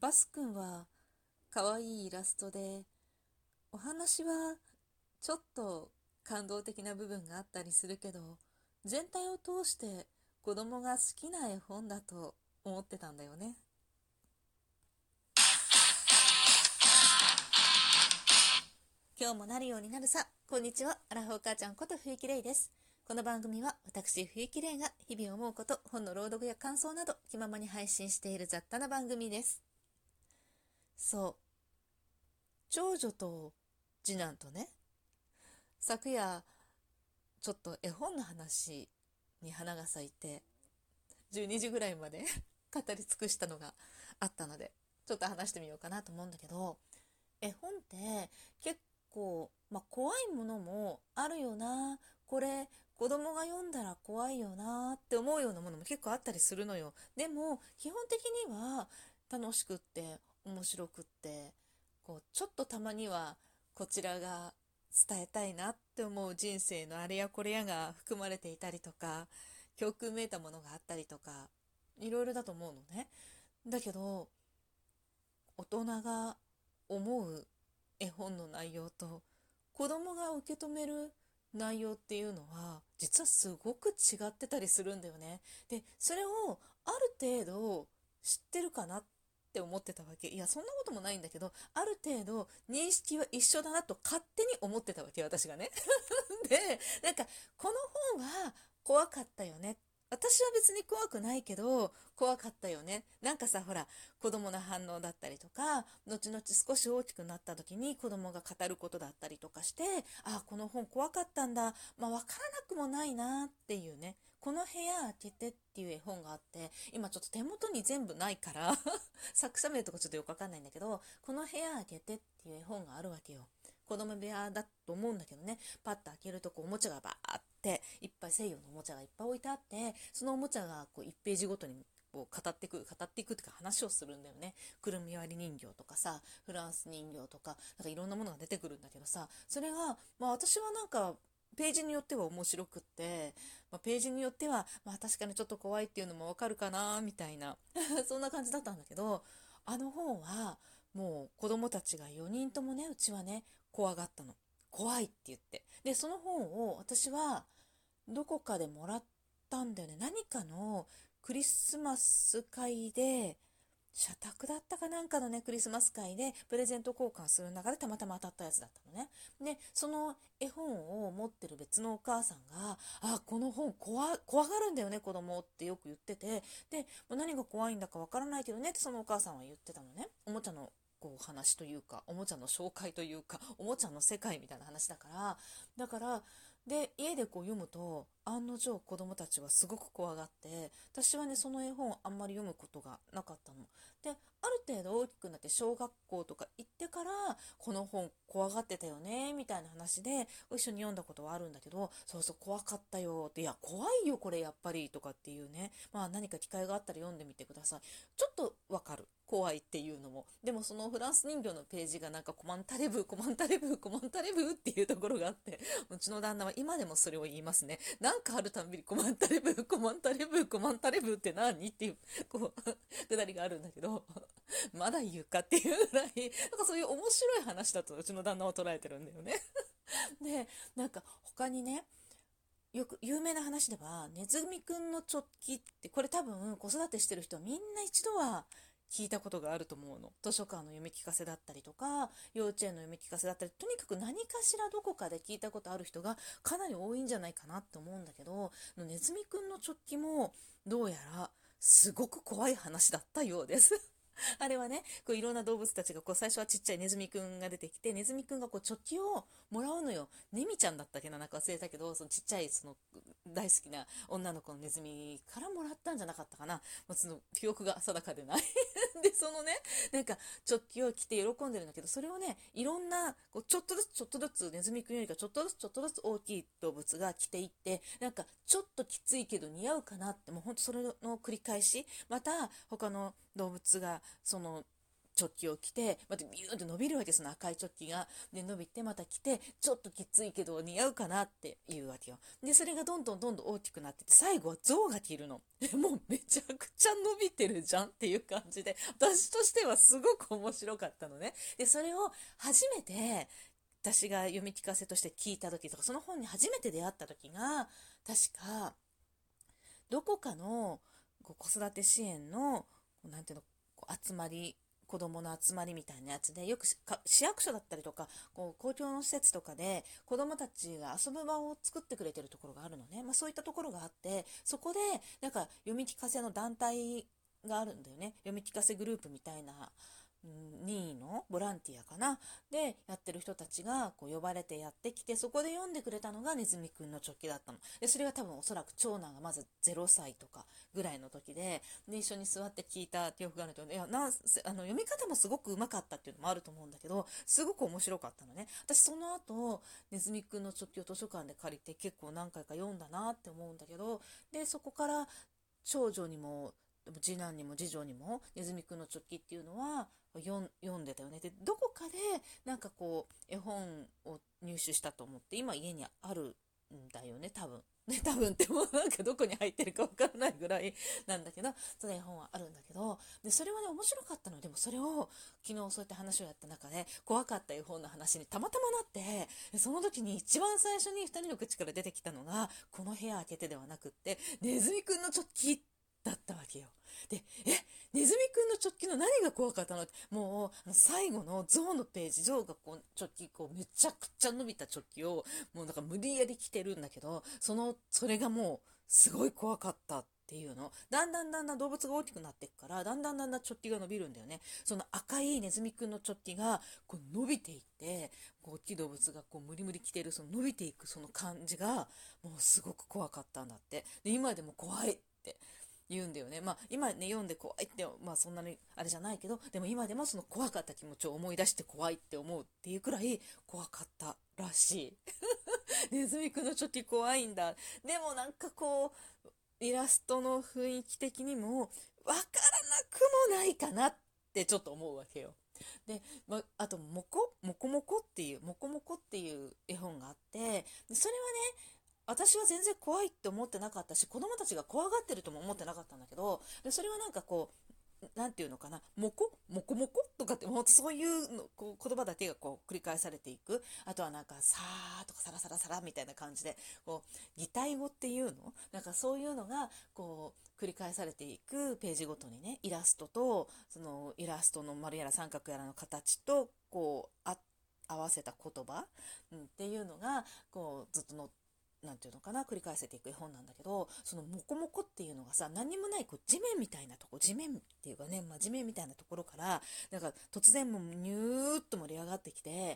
バス君は可愛いイラストで、お話はちょっと感動的な部分があったりするけど、全体を通して子供が好きな絵本だと思ってたんだよね。今日もなるようになるさ。こんにちは、アラフォー母ちゃんこと冬木玲です。この番組は私冬木玲が日々思うこと、本の朗読や感想など気ままに配信している雑多な番組です。そう、長女と次男とね、昨夜ちょっと絵本の話に花が咲いて12時ぐらいまで語り尽くしたのがあったので、ちょっと話してみようかなと思うんだけど、絵本って結構、怖いものもあるよな、これ子供が読んだら怖いよなって思うようなものも結構あったりするのよ。でも基本的には楽しくって面白くって、ちょっとたまにはこちらが伝えたいなって思う人生のあれやこれやが含まれていたりとか、教訓めいたものがあったりとか、いろいろだと思うのね。だけど大人が思う絵本の内容と子供が受け止める内容っていうのは実はすごく違ってたりするんだよね。で、それをある程度知ってるかなって思ってたわけ。いや、そんなこともないんだけど、ある程度認識は一緒だなと勝手に思ってたわけ、私がね。で、この本は怖かったよね。私は別に怖くないけど、怖かったよね。さ、ほら、子供の反応だったりとか、後々少し大きくなった時に子供が語ることだったりとかして、あ、この本怖かったんだ。わからなくもないなっていうね。この部屋開けてっていう絵本があって、今ちょっと手元に全部ないから作者名とかちょっとよくわかんないんだけど、この部屋開けてっていう絵本があるわけよ。子供部屋だと思うんだけどね、パッと開けるとおもちゃがバーっていっぱい西洋のおもちゃがいっぱい置いてあって、そのおもちゃが1ページごとに語っていくっていうか話をするんだよね。くるみ割り人形とかさ、フランス人形とか、いろんなものが出てくるんだけどさ、それが、私はページによっては面白くって、ページによっては、確かにちょっと怖いっていうのもわかるかな、みたいなそんな感じだったんだけど、あの本は、もう子供たちが4人ともね、うちはね、怖がったの。怖いって言って。で、その本を私はどこかでもらったんだよね。何かのクリスマス会で、社宅だったかなんかのね、クリスマス会でプレゼント交換する中でたまたま当たったやつだったのね。で、その絵本を持ってる別のお母さんが、あ、この本怖がるんだよね、子供ってよく言ってて、で、もう何が怖いんだかわからないけどねってそのお母さんは言ってたのね。おもちゃの話というか、おもちゃの紹介というか、おもちゃの世界みたいな話だから、だから、で、家で読むと、案の定子供たちはすごく怖がって、私はね、その絵本あんまり読むことがなかったの。で、ある程度大きくなって小学校とか行ってから、この本怖がってたよね、みたいな話で、一緒に読んだことはあるんだけど、そうそう、怖かったよって、いや、怖いよ、これやっぱり、とかっていうね。何か機会があったら読んでみてください。ちょっとわかる。怖いっていうのも。でもそのフランス人形のページがコマンタレブー、コマンタレブー、コマンタレブーっていうところがあって、うちの旦那は今でもそれを言いますね。あるたんびにコマンタレブー、コマンタレブー、コマンタレブーって何っていう、くだりがあるんだけど、まだ言うかっていうぐらい、そういう面白い話だとうちの旦那は捉えてるんだよね。で、他にね、よく有名な話では、ネズミくんのチョッキって、これ多分子育てしてる人はみんな一度は聞いたことがあると思うの。図書館の読み聞かせだったりとか、幼稚園の読み聞かせだったり、とにかく何かしらどこかで聞いたことある人がかなり多いんじゃないかなって思うんだけど、ネズミくんのチョッキもどうやらすごく怖い話だったようです。あれはね、いろんな動物たちが最初はちっちゃいネズミくんが出てきて、ネズミくんがチョッキをもらうのよ。ネミちゃんだったっけな、忘れたけど、そのちっちゃい大好きな女の子のネズミからもらったんじゃなかったかな。その記憶が定かでない。で、そのね、チョッキを着て喜んでるんだけど、それをね、いろんな、ちょっとずつちょっとずつ、ネズミくんよりかちょっとずつちょっとずつ大きい動物が着ていって、ちょっときついけど似合うかなって、もうほんとそれの繰り返し、また他の動物がチョッキを着て、またビューンって伸びるわけ、その赤いチョッキが。で、伸びてまた着て、ちょっときついけど似合うかなっていうわけよ。で、それがどんどんどんどん大きくなってて、最後は象が着るの。もうめちゃくちゃ伸びてるじゃんっていう感じで、私としてはすごく面白かったのね。で、それを初めて、私が読み聞かせとして聞いた時とか、その本に初めて出会った時が、確か、どこかの子育て支援の、なんていうの、集まり、子供の集まりみたいなやつで、よく市役所だったりとか、公共の施設とかで子供たちが遊ぶ場を作ってくれてるところがあるのね。そういったところがあって、そこで、なんか読み聞かせの団体があるんだよね。読み聞かせグループみたいな、任意のボランティアかなでやってる人たちが呼ばれてやってきて、そこで読んでくれたのがネズミくんのチョッキだったので、それが多分おそらく長男がまず0歳とかぐらいの時で、一緒に座って聞いた記憶があると、いや読み方もすごくうまかったっていうのもあると思うんだけど、すごく面白かったのね。私その後ネズミくんのチョッキを図書館で借りて結構何回か読んだなって思うんだけど、でそこから長女にも次男にも次女にもネズミくんのチョッキっていうのは読んでたよね。で、どこかでなんか絵本を入手したと思って、今家にあるんだよね、多分。ね、多分ってもうなんかどこに入ってるかわからないぐらいなんだけど、その絵本はあるんだけど、で、それはね、面白かったの。でもそれを昨日そうやって話をやった中で、怖かった絵本の話にたまたまなって、その時に一番最初に二人の口から出てきたのが、この部屋開けてではなくって、ネズミくんのチョッキだったわけよ。で、ネズミくんのチョッキの何が怖かったのって、もう、最後の象のページ、象がチョッキ、めちゃくちゃ伸びたチョッキを、もうなんか無理やり着てるんだけど、それがもう、すごい怖かったっていうの。だんだん動物が大きくなっていくから、だんだんチョッキが伸びるんだよね。その赤いネズミくんのチョッキが、伸びていって、大きい動物が無理無理着てる、その伸びていくその感じが、もうすごく怖かったんだって。で、今でも怖いって言うんだよね。今ね、読んで怖いって、そんなにあれじゃないけど、でも今でもその怖かった気持ちを思い出して怖いって思うっていうくらい怖かったらしい。ネズミくんのチョッキ怖いんだ。でもなんかイラストの雰囲気的にも、わからなくもないかなってちょっと思うわけよ。で、あと、モコモコっていう絵本があって、それはね、私は全然怖いって思ってなかったし、子供たちが怖がってるとも思ってなかったんだけど、でそれはなんかなんていうのかな、モコとかって、もうそういうの言葉だけが繰り返されていく。あとはなんか、さーとかサラサラサラみたいな感じで、擬態語っていうのなんかそういうのが、繰り返されていくページごとにね、イラストと、そのイラストの丸やら三角やらの形と、合わせた言葉、っていうのが、ずっとなんていうのかな、繰り返せていく絵本なんだけど、そのモコモコっていうのがさ、何にもない地面みたいなとこ、地面っていうかね、地面みたいなところから、なんか突然もうニューっと盛り上がってきて、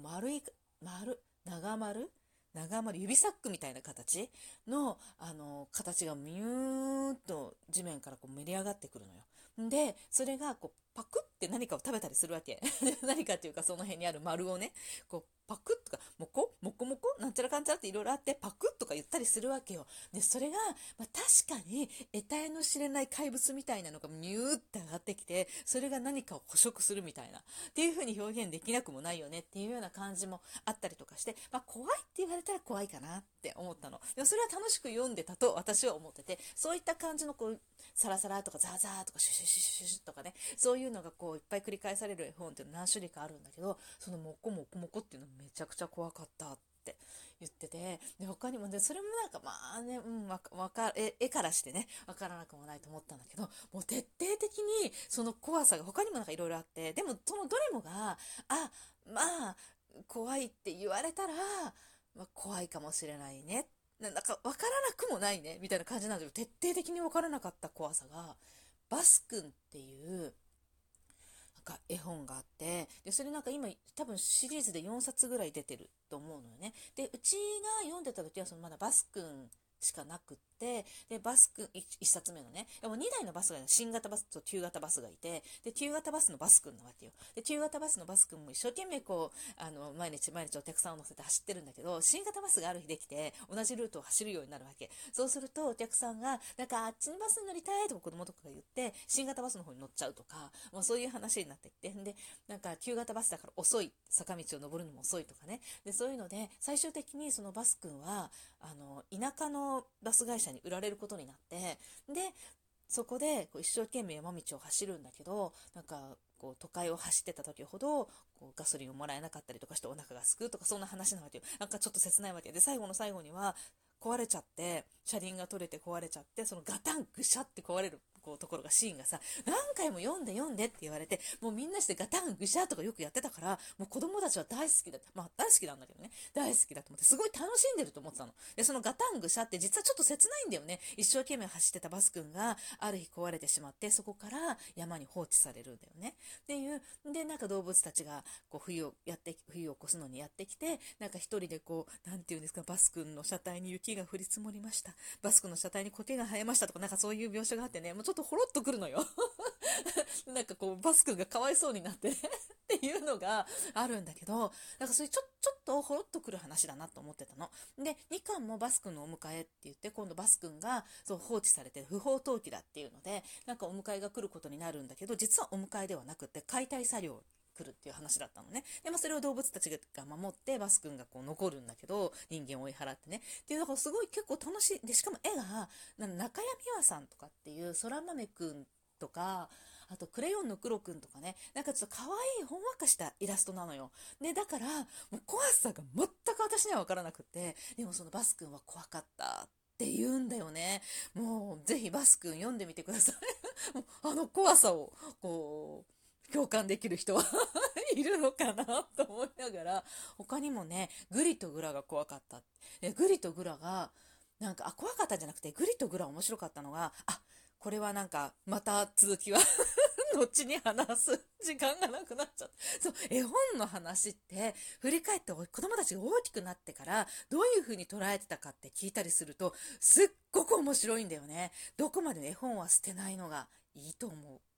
長丸、指サックみたいな形の、形がミューっと地面から盛り上がってくるのよ。で、それがパクって何かを食べたりするわけ。何かっていうか、その辺にある丸をね、パクッとか、モコなんちゃらかんちゃらっていろいろあって、パクッとか言ったりするわけよ。で、それが、確かに、得体の知れない怪物みたいなのがニューって上がってきて、それが何かを捕食するみたいな、っていう風に表現できなくもないよねっていうような感じもあったりとかして、怖いって言われたら怖いかなって思ったの。でもそれは楽しく読んでたと私は思ってて、そういった感じのサラサラとかザーザーとかシュシュシュシュシュとかね、そういうのがいっぱい繰り返される絵本っていうの何種類かあるんだけど、そのモコモコっていうのめちゃくちゃ怖かったって言ってて、で他にもね、それもなんか絵からしてね、わからなくもないと思ったんだけど、もう徹底的にその怖さが他にもなんかいろいろあって、でもそのどれもが、怖いって言われたら、怖いかもしれないね。なんかわからなくもないね、みたいな感じなんだけど、徹底的にわからなかった怖さが、バス君っていう絵本があって、でそれなんか今多分シリーズで4冊ぐらい出てると思うのよね。でうちが読んでた時はまだバスくんしかなくっ 、で、バスくん、一冊目のね、でも2台のバスが、新型バスと旧型バスがいて、で、旧型バスのバスくんなわけよ。で、旧型バスのバスくんも一生懸命こう、毎日毎日お客さんを乗せて走ってるんだけど、新型バスがある日できて、同じルートを走るようになるわけ。そうすると、お客さんが、なんかあっちのバスに乗りたいとか子供とかが言って、新型バスの方に乗っちゃうとか、もうそういう話になってきて、で、なんか旧型バスだから遅い、坂道を登るのも遅いとかね。で、そういうので、最終的にそのバスくんは、田舎のバス会社に売られることになって、で、そこでこう一生懸命山道を走るんだけど、なんかこう都会を走ってた時ほどこうガソリンをもらえなかったりとかしてお腹がすくとか、そんな話なわけよ。なんかちょっと切ないわけで、最後の最後には壊れちゃって、車輪が取れて壊れちゃって、そのガタングシャって壊れるこうところが、シーンがさ、何回も読んで読んでって言われて、もうみんなしてガタングシャとかよくやってたから、もう子供たちは大好きだって、まあ大好きなんだけどね、大好きだと思って、すごい楽しんでると思ってたの。で、そのガタングシャって実はちょっと切ないんだよね。一生懸命走ってたバス君がある日壊れてしまって、そこから山に放置されるんだよね。っていう、で、なんか動物たちがこう冬を越すのにやってきて、なんか一人でこう、なんていうんですか、バス君の車体に雪が降り積もりました。バス君の車体に苔が生えましたとか、なんかそういう描写があってね、もうちょっとほろっとくるのよ。なんかこう、バス君がかわいそうになってねっていうのがあるんだけど、なんかそういうちょっとほろっとくる話だなと思ってたの。で、2巻もバス君のお迎えって言って、今度バス君がそう放置されて不法投棄だっていうので、なんかお迎えが来ることになるんだけど、実はお迎えではなくて解体作業来るっていう話だったのね。で、まあ、それを動物たちが守って、バス君がこう残るんだけど、人間を追い払ってね。っていうのがすごい結構楽しい。で、しかも絵が、中谷美和さんとかっていう、空豆くんとか、あと、クレヨンの黒くんとかね、なんかちょっと可愛いほんわかしたイラストなのよ。で、だから、もう怖さが全く私には分からなくって、でもそのバス君は怖かったって言うんだよね。もう、ぜひバス君読んでみてください。もうあの怖さを、こう、共感できる人はいるのかなと思いながら、他にもね、グリとグラが怖かった。グリとグラが、なんか、怖かったんじゃなくて、グリとグラ面白かったのが、これはなんか、また続きは後に話す時間がなくなっちゃった。そう、絵本の話って、振り返って子供たちが大きくなってから、どういう風に捉えてたかって聞いたりすると、すっごく面白いんだよね。どこまで絵本は捨てないのがいいと思う。